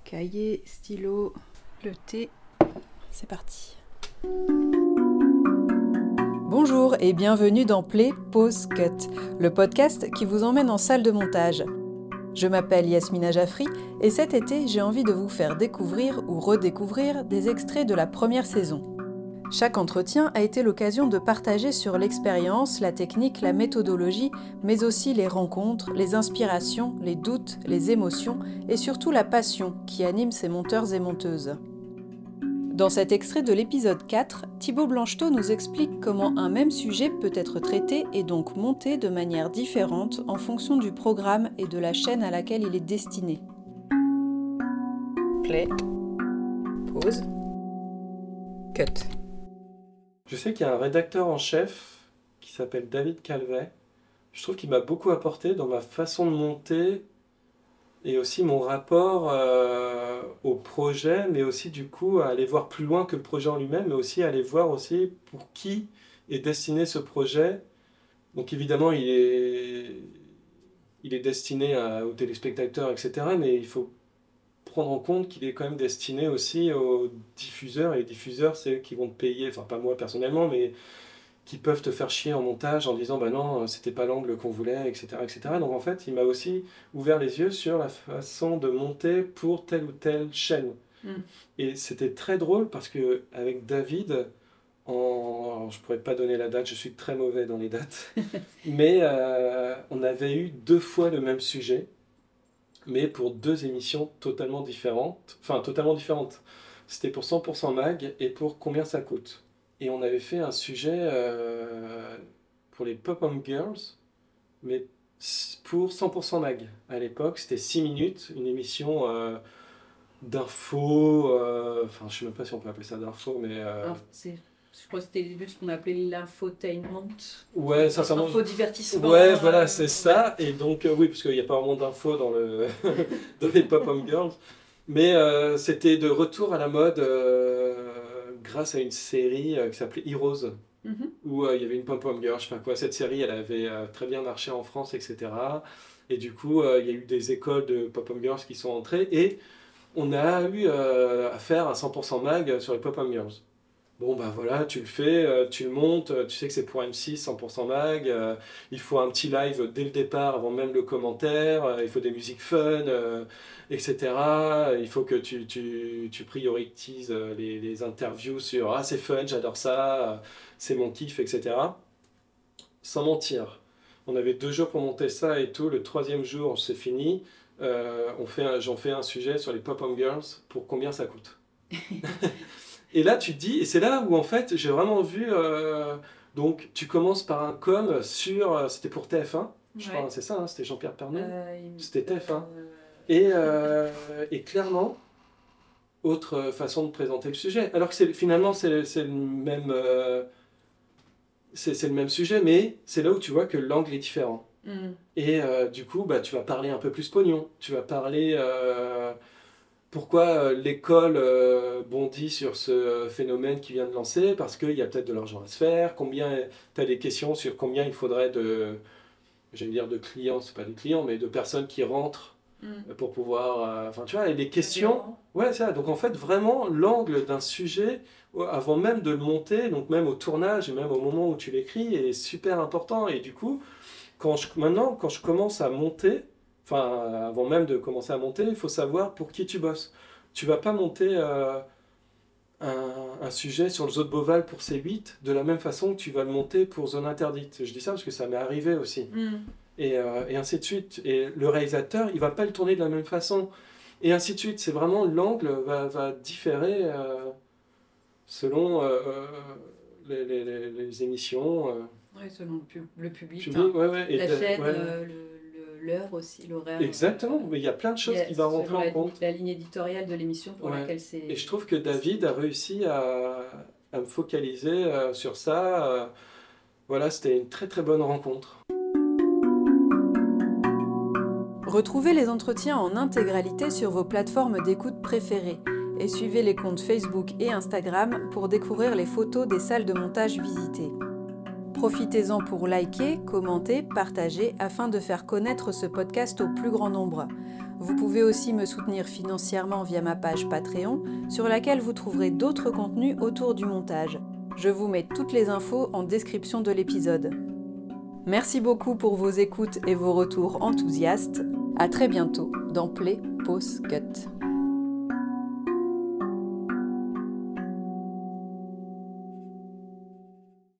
Cahier, stylo, le thé, c'est parti. Bonjour et bienvenue dans Play, Pause, Cut, le podcast qui vous emmène en salle de montage. Je m'appelle Yasmina Jaffry et cet été, j'ai envie de vous faire découvrir ou redécouvrir des extraits de la première saison. Chaque entretien a été l'occasion de partager sur l'expérience, la technique, la méthodologie, mais aussi les rencontres, les inspirations, les doutes, les émotions et surtout la passion qui anime ces monteurs et monteuses. Dans cet extrait de l'épisode 4, Thibaut Blancheteau nous explique comment un même sujet peut être traité et donc monté de manière différente en fonction du programme et de la chaîne à laquelle il est destiné. Play, pause, cut. Je sais qu'il y a un rédacteur en chef qui s'appelle David Calvet. Je trouve qu'il m'a beaucoup apporté dans ma façon de monter et aussi mon rapport au projet, mais aussi du coup à aller voir plus loin que le projet en lui-même, mais aussi à aller voir aussi pour qui est destiné ce projet. Donc évidemment, il est destiné aux téléspectateurs, etc. Mais il faut prendre en compte qu'il est quand même destiné aussi aux diffuseurs, et les diffuseurs, c'est eux qui vont te payer, enfin pas moi personnellement, mais qui peuvent te faire chier en montage en disant bah non, c'était pas l'angle qu'on voulait, etc., etc. Donc en fait, il m'a aussi ouvert les yeux sur la façon de monter pour telle ou telle chaîne. Et c'était très drôle parce que avec David, alors, je pourrais pas donner la date, je suis très mauvais dans les dates, mais on avait eu 2 fois le même sujet, mais pour 2 émissions totalement différentes. Enfin, totalement différentes. C'était pour 100% Mag et pour Combien ça coûte. Et on avait fait un sujet pour les Pop-Up Girls, mais pour 100% Mag. À l'époque, c'était 6 minutes, une émission d'info, enfin, je sais même pas si on peut appeler ça d'info, mais... Je crois que c'était ce qu'on appelait l'infotainment. Ouais, ça Infodivertissement. Ouais, voilà, c'est ça. Et donc, oui, parce qu'il n'y a pas vraiment d'infos dans, dans les Pop-Up Girls. Mais c'était de retour à la mode grâce à une série qui s'appelait Heroes, où il y avait une Pop-Up Girl, je sais pas quoi. Cette série, elle avait très bien marché en France, etc. Et du coup, il y a eu des écoles de Pop-Up Girls qui sont entrées. Et on a eu affaire à 100% Mag sur les Pop-Up Girls. Bon, bah voilà, tu le fais, tu le montes, tu sais que c'est pour M6, 100% Mag, il faut un petit live dès le départ, avant même le commentaire, il faut des musiques fun, etc. Il faut que tu prioritises les interviews sur « Ah, c'est fun, j'adore ça, c'est mon kiff, etc. » Sans mentir, on avait 2 jours pour monter ça et tout, le 3e jour, c'est fini, j'en fais un sujet sur les Pop-Up Girls pour combien ça coûte. Et là, tu te dis, et c'est là où en fait j'ai vraiment vu. Donc, tu commences par un com sur. C'était pour TF1, je crois, c'est ça, hein, c'était Jean-Pierre Pernaut. C'était TF1. Et clairement, autre façon de présenter le sujet. Alors que finalement, c'est le même. C'est le même sujet, mais c'est là où tu vois que l'angle est différent. Et du coup, bah, tu vas parler un peu plus pognon. Tu vas parler. Pourquoi l'école bondit sur ce phénomène qui vient de lancer? Parce qu'il y a peut-être de l'argent à se faire. Tu as des questions sur combien il faudrait j'allais dire de clients, c'est pas des clients, mais de personnes qui rentrent pour pouvoir... Enfin, tu vois, et des questions... Ouais, c'est ça. Donc, en fait, vraiment, l'angle d'un sujet, avant même de le monter, donc même au tournage, et même au moment où tu l'écris, est super important. Et du coup, maintenant, quand je commence à monter... Enfin, avant même de commencer à monter, il faut savoir pour qui tu bosses. Tu vas pas monter un sujet sur le zoo de Beauval pour C8 de la même façon que tu vas le monter pour Zone Interdite. Je dis ça parce que ça m'est arrivé aussi. Et ainsi de suite. Et le réalisateur, il va pas le tourner de la même façon. Et ainsi de suite. C'est vraiment l'angle va différer selon les émissions. Oui, selon le public. Et la chaîne, l'heure aussi, l'horaire. Exactement, mais il y a plein de choses qui vont rentrer en compte. La ligne éditoriale de l'émission pour laquelle c'est... Et je trouve que David a réussi à me focaliser sur ça. Voilà, c'était une très très bonne rencontre. Retrouvez les entretiens en intégralité sur vos plateformes d'écoute préférées et suivez les comptes Facebook et Instagram pour découvrir les photos des salles de montage visitées. Profitez-en pour liker, commenter, partager afin de faire connaître ce podcast au plus grand nombre. Vous pouvez aussi me soutenir financièrement via ma page Patreon, sur laquelle vous trouverez d'autres contenus autour du montage. Je vous mets toutes les infos en description de l'épisode. Merci beaucoup pour vos écoutes et vos retours enthousiastes. À très bientôt dans Play, Pause, Cut.